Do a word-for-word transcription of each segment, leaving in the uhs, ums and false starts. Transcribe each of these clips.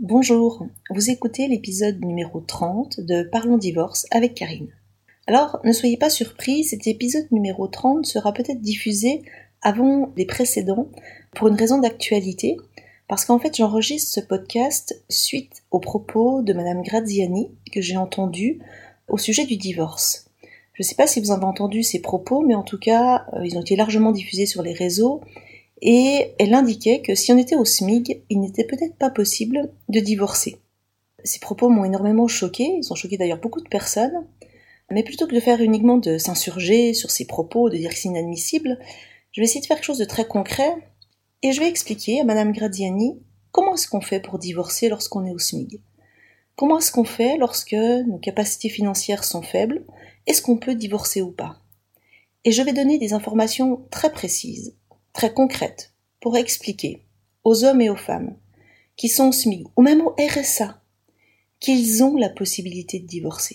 Bonjour, vous écoutez l'épisode numéro trente de Parlons Divorce avec Karine. Alors, ne soyez pas surpris, cet épisode numéro trente sera peut-être diffusé avant les précédents pour une raison d'actualité, parce qu'en fait j'enregistre ce podcast suite aux propos de Madame Graziani que j'ai entendus au sujet du divorce. Je ne sais pas si vous avez entendu ces propos, mais en tout cas, euh, ils ont été largement diffusés sur les réseaux. Et elle indiquait que si on était au S M I G, il n'était peut-être pas possible de divorcer. Ces propos m'ont énormément choquée, ils ont choqué d'ailleurs beaucoup de personnes, mais plutôt que de faire uniquement de s'insurger sur ces propos, de dire que c'est inadmissible, je vais essayer de faire quelque chose de très concret, et je vais expliquer à Madame Graziani comment est-ce qu'on fait pour divorcer lorsqu'on est au S M I G. Comment est-ce qu'on fait lorsque nos capacités financières sont faibles? Est-ce qu'on peut divorcer ou pas? Et je vais donner des informations très précises, très concrètes, pour expliquer aux hommes et aux femmes qui sont au S M I G ou même au R S A qu'ils ont la possibilité de divorcer.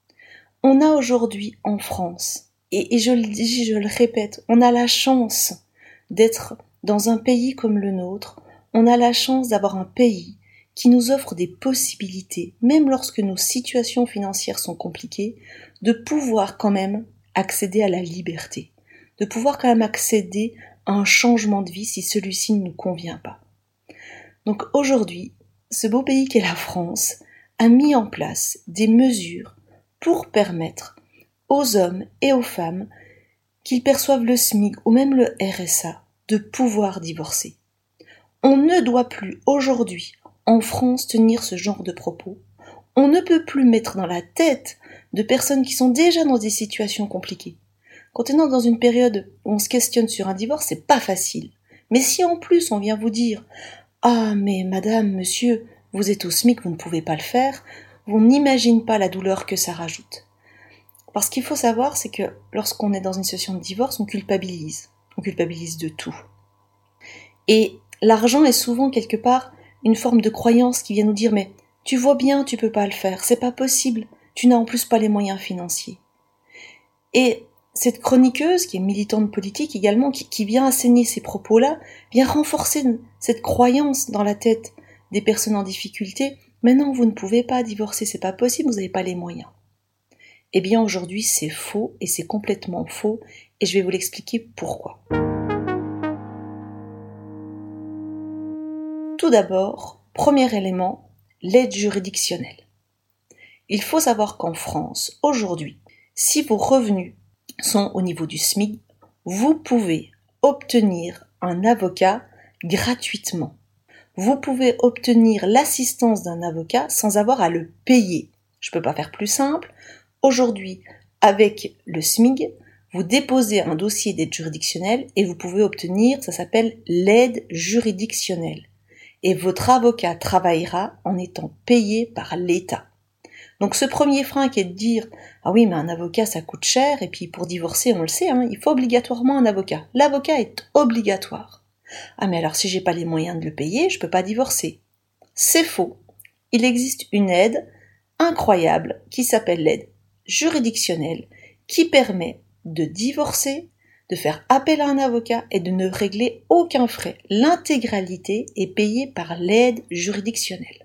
On a aujourd'hui en France, et, et je le dis, je le répète, on a la chance d'être dans un pays comme le nôtre, on a la chance d'avoir un pays qui nous offre des possibilités, même lorsque nos situations financières sont compliquées, de pouvoir quand même accéder à la liberté, de pouvoir quand même accéder à un changement de vie si celui-ci ne nous convient pas. Donc aujourd'hui, ce beau pays qu'est la France a mis en place des mesures pour permettre aux hommes et aux femmes qu'ils perçoivent le S M I G ou même le R S A de pouvoir divorcer. On ne doit plus aujourd'hui en France tenir ce genre de propos. On ne peut plus mettre dans la tête de personnes qui sont déjà dans des situations compliquées. Quand on est dans une période où on se questionne sur un divorce, c'est pas facile. Mais si en plus on vient vous dire « Ah mais madame, monsieur, vous êtes au S M I C, vous ne pouvez pas le faire », on n'imagine pas la douleur que ça rajoute. Parce qu'il faut savoir, c'est que lorsqu'on est dans une situation de divorce, on culpabilise. On culpabilise de tout. Et l'argent est souvent quelque part une forme de croyance qui vient nous dire « Mais tu vois bien, tu peux pas le faire, c'est pas possible, tu n'as en plus pas les moyens financiers. » Et cette chroniqueuse, qui est militante politique également, qui, qui vient asséner ces propos-là, vient renforcer cette croyance dans la tête des personnes en difficulté. Mais non, vous ne pouvez pas divorcer, c'est pas possible, vous n'avez pas les moyens. Eh bien aujourd'hui, c'est faux, et c'est complètement faux, et je vais vous l'expliquer pourquoi. Tout d'abord, premier élément, l'aide juridictionnelle. Il faut savoir qu'en France, aujourd'hui, si vos revenus sont au niveau du S M I G, vous pouvez obtenir un avocat gratuitement. Vous pouvez obtenir l'assistance d'un avocat sans avoir à le payer. Je ne peux pas faire plus simple. Aujourd'hui, avec le S M I G, vous déposez un dossier d'aide juridictionnelle et vous pouvez obtenir, ça s'appelle l'aide juridictionnelle. Et votre avocat travaillera en étant payé par l'État. Donc ce premier frein qui est de dire « Ah oui, mais un avocat ça coûte cher, et puis pour divorcer, on le sait, hein, il faut obligatoirement un avocat. L'avocat est obligatoire. Ah mais alors si j'ai pas les moyens de le payer, je peux pas divorcer. » C'est faux. Il existe une aide incroyable qui s'appelle l'aide juridictionnelle, qui permet de divorcer, de faire appel à un avocat et de ne régler aucun frais. L'intégralité est payée par l'aide juridictionnelle.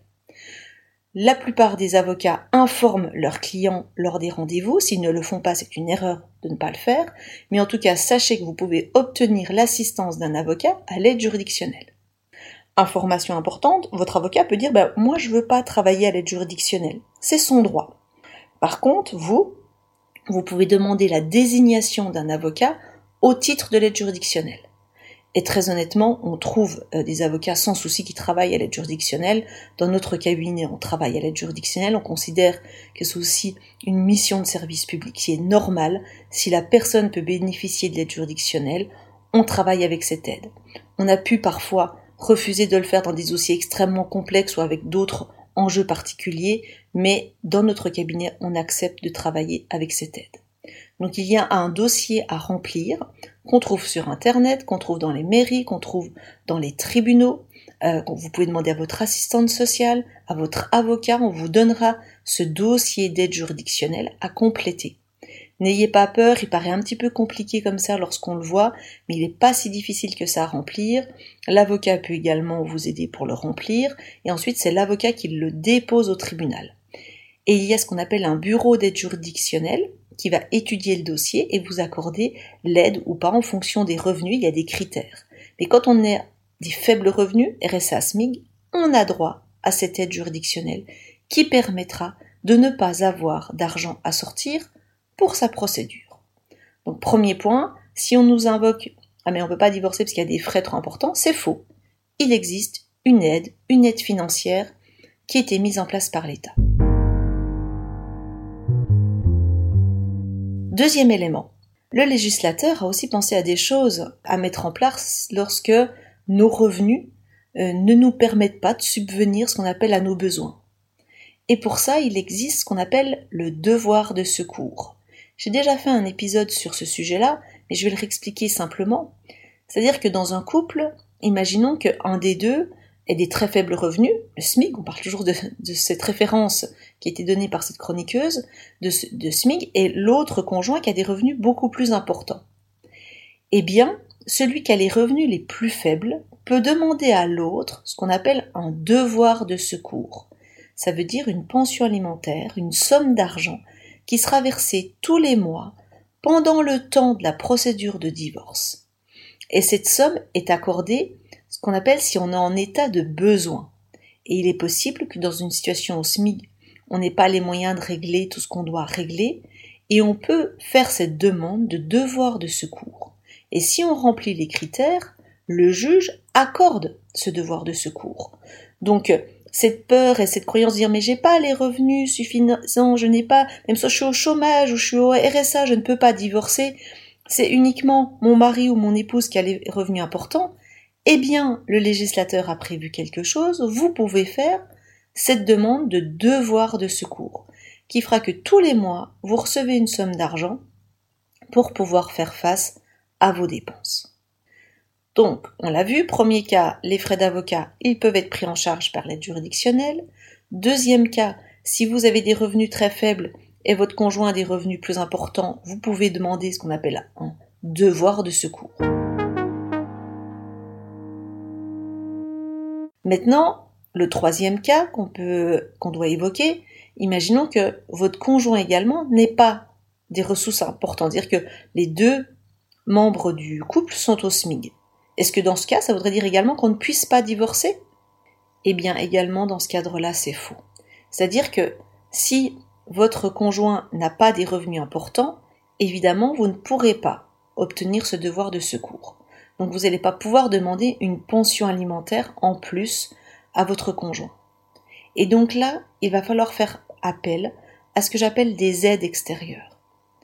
La plupart des avocats informent leurs clients lors des rendez-vous. S'ils ne le font pas, c'est une erreur de ne pas le faire. Mais en tout cas, sachez que vous pouvez obtenir l'assistance d'un avocat à l'aide juridictionnelle. Information importante, votre avocat peut dire ben, « Moi, je ne veux pas travailler à l'aide juridictionnelle. » C'est son droit. Par contre, vous, vous pouvez demander la désignation d'un avocat au titre de l'aide juridictionnelle. Et très honnêtement, on trouve euh, des avocats sans souci qui travaillent à l'aide juridictionnelle. Dans notre cabinet, on travaille à l'aide juridictionnelle. On considère que c'est aussi une mission de service public qui est normale. Si la personne peut bénéficier de l'aide juridictionnelle, on travaille avec cette aide. On a pu parfois refuser de le faire dans des dossiers extrêmement complexes ou avec d'autres enjeux particuliers, mais dans notre cabinet, on accepte de travailler avec cette aide. Donc il y a un dossier à remplir qu'on trouve sur internet, qu'on trouve dans les mairies, qu'on trouve dans les tribunaux. Euh, vous pouvez demander à votre assistante sociale, à votre avocat, on vous donnera ce dossier d'aide juridictionnelle à compléter. N'ayez pas peur, il paraît un petit peu compliqué comme ça lorsqu'on le voit, mais il n'est pas si difficile que ça à remplir. L'avocat peut également vous aider pour le remplir, et ensuite c'est l'avocat qui le dépose au tribunal. Et il y a ce qu'on appelle un bureau d'aide juridictionnelle qui va étudier le dossier et vous accorder l'aide ou pas en fonction des revenus, il y a des critères. Mais quand on a des faibles revenus, R S A, S M I G, on a droit à cette aide juridictionnelle qui permettra de ne pas avoir d'argent à sortir pour sa procédure. Donc premier point, si on nous invoque « Ah mais on ne peut pas divorcer parce qu'il y a des frais trop importants », c'est faux. Il existe une aide, une aide financière qui a été mise en place par l'État. Deuxième élément, le législateur a aussi pensé à des choses à mettre en place lorsque nos revenus euh, ne nous permettent pas de subvenir ce qu'on appelle à nos besoins. Et pour ça, il existe ce qu'on appelle le devoir de secours. J'ai déjà fait un épisode sur ce sujet-là, mais je vais le réexpliquer simplement. C'est-à-dire que dans un couple, imaginons qu'un des deux ait des très faibles revenus, le S M I G, on parle toujours de, de cette référence qui a été donnée par cette chroniqueuse, de, de S M I G, et l'autre conjoint qui a des revenus beaucoup plus importants. Eh bien, celui qui a les revenus les plus faibles peut demander à l'autre ce qu'on appelle un devoir de secours. Ça veut dire une pension alimentaire, une somme d'argent qui sera versée tous les mois pendant le temps de la procédure de divorce. Et cette somme est accordée, ce qu'on appelle si on est en état de besoin. Et il est possible que dans une situation au S M I G, on n'ait pas les moyens de régler tout ce qu'on doit régler, et on peut faire cette demande de devoir de secours. Et si on remplit les critères, le juge accorde ce devoir de secours. Donc, cette peur et cette croyance de dire « mais j'ai pas les revenus suffisants, je n'ai pas, même si je suis au chômage ou je suis au R S A, je ne peux pas divorcer, c'est uniquement mon mari ou mon épouse qui a les revenus importants », eh bien, le législateur a prévu quelque chose, vous pouvez faire cette demande de devoir de secours, qui fera que tous les mois, vous recevez une somme d'argent pour pouvoir faire face à vos dépenses. Donc, on l'a vu, premier cas, les frais d'avocat, ils peuvent être pris en charge par l'aide juridictionnelle. Deuxième cas, si vous avez des revenus très faibles et votre conjoint a des revenus plus importants, vous pouvez demander ce qu'on appelle un devoir de secours. Maintenant, le troisième cas qu'on peut, qu'on doit évoquer, imaginons que votre conjoint également n'ait pas des ressources importantes, c'est-à-dire que les deux membres du couple sont au S M I G. Est-ce que dans ce cas, ça voudrait dire également qu'on ne puisse pas divorcer ? Eh bien, également, dans ce cadre-là, c'est faux. C'est-à-dire que si votre conjoint n'a pas des revenus importants, évidemment, vous ne pourrez pas obtenir ce devoir de secours. Donc, vous n'allez pas pouvoir demander une pension alimentaire en plus à votre conjoint. Et donc là, il va falloir faire appel à ce que j'appelle des aides extérieures.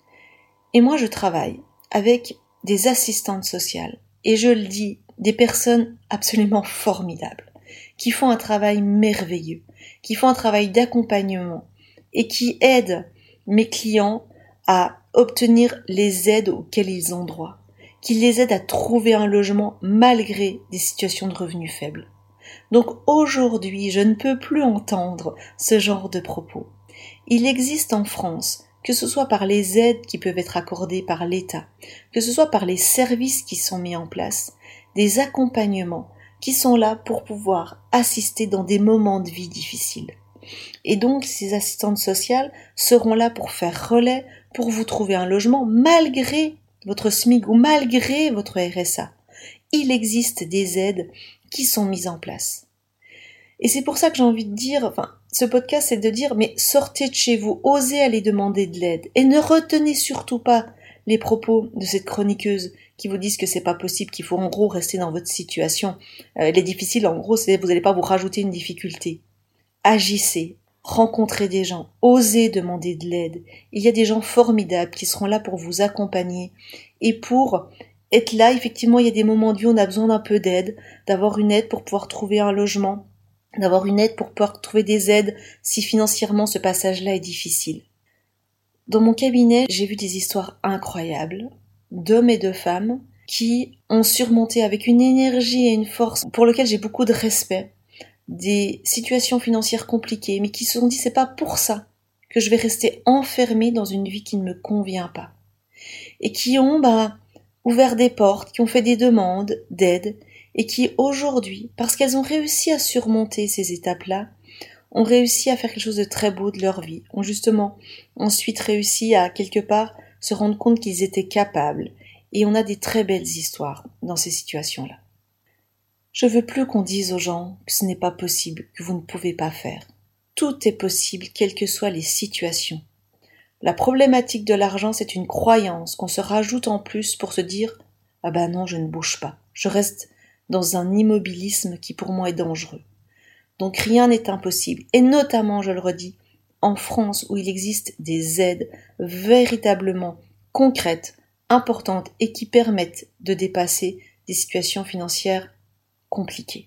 Et moi, je travaille avec des assistantes sociales. Et je le dis, des personnes absolument formidables, qui font un travail merveilleux, qui font un travail d'accompagnement et qui aident mes clients à obtenir les aides auxquelles ils ont droit, qui les aident à trouver un logement malgré des situations de revenus faibles. Donc aujourd'hui, je ne peux plus entendre ce genre de propos. Il existe en France, que ce soit par les aides qui peuvent être accordées par l'État, que ce soit par les services qui sont mis en place, des accompagnements qui sont là pour pouvoir assister dans des moments de vie difficiles. Et donc, ces assistantes sociales seront là pour faire relais, pour vous trouver un logement malgré votre S M I G ou malgré votre R S A. Il existe des aides qui sont mises en place. Et c'est pour ça que j'ai envie de dire, enfin, ce podcast, c'est de dire, mais sortez de chez vous, osez aller demander de l'aide, et ne retenez surtout pas les propos de cette chroniqueuse qui vous disent que c'est pas possible, qu'il faut en gros rester dans votre situation. Euh, elle est difficile, en gros, c'est vous n'allez pas vous rajouter une difficulté. Agissez, rencontrez des gens, osez demander de l'aide. Il y a des gens formidables qui seront là pour vous accompagner et pour être là. Effectivement, il y a des moments de vie où on a besoin d'un peu d'aide, d'avoir une aide pour pouvoir trouver un logement, d'avoir une aide pour pouvoir trouver des aides si financièrement ce passage-là est difficile. Dans mon cabinet, j'ai vu des histoires incroyables d'hommes et de femmes qui ont surmonté avec une énergie et une force pour lesquelles j'ai beaucoup de respect des situations financières compliquées, mais qui se sont dit c'est pas pour ça que je vais rester enfermée dans une vie qui ne me convient pas. Et qui ont bah, ouvert des portes, qui ont fait des demandes d'aide, et qui aujourd'hui, parce qu'elles ont réussi à surmonter ces étapes-là, ont réussi à faire quelque chose de très beau de leur vie, ont justement ensuite réussi à quelque part se rendre compte qu'ils étaient capables, et on a des très belles histoires dans ces situations-là. Je veux plus qu'on dise aux gens que ce n'est pas possible, que vous ne pouvez pas faire. Tout est possible, quelles que soient les situations. La problématique de l'argent, c'est une croyance qu'on se rajoute en plus pour se dire « Ah ben non, je ne bouge pas, je reste dans un immobilisme qui pour moi est dangereux. » Donc rien n'est impossible, et notamment, je le redis, en France où il existe des aides véritablement concrètes, importantes et qui permettent de dépasser des situations financières compliquées.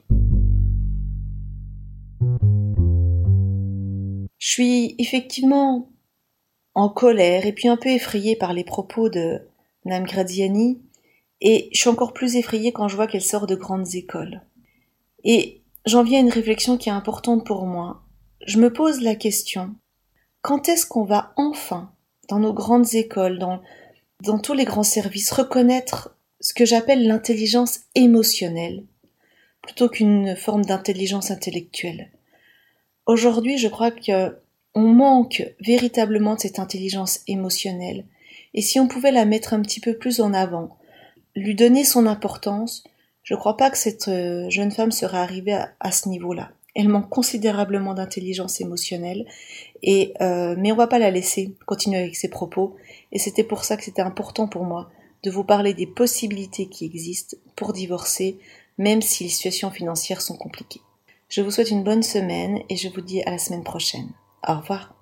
Je suis effectivement en colère et puis un peu effrayée par les propos de Madame Graziani, et je suis encore plus effrayée quand je vois qu'elle sort de grandes écoles. Et j'en viens à une réflexion qui est importante pour moi. Je me pose la question, quand est-ce qu'on va enfin, dans nos grandes écoles, dans, dans tous les grands services, reconnaître ce que j'appelle l'intelligence émotionnelle, plutôt qu'une forme d'intelligence intellectuelle. Aujourd'hui, je crois qu'on manque véritablement de cette intelligence émotionnelle, et si on pouvait la mettre un petit peu plus en avant, lui donner son importance, je ne crois pas que cette jeune femme serait arrivée à, à ce niveau-là. Elle manque considérablement d'intelligence émotionnelle, et, euh, mais on ne va pas la laisser continuer avec ses propos, et c'était pour ça que c'était important pour moi de vous parler des possibilités qui existent pour divorcer, même si les situations financières sont compliquées. Je vous souhaite une bonne semaine et je vous dis à la semaine prochaine. Au revoir.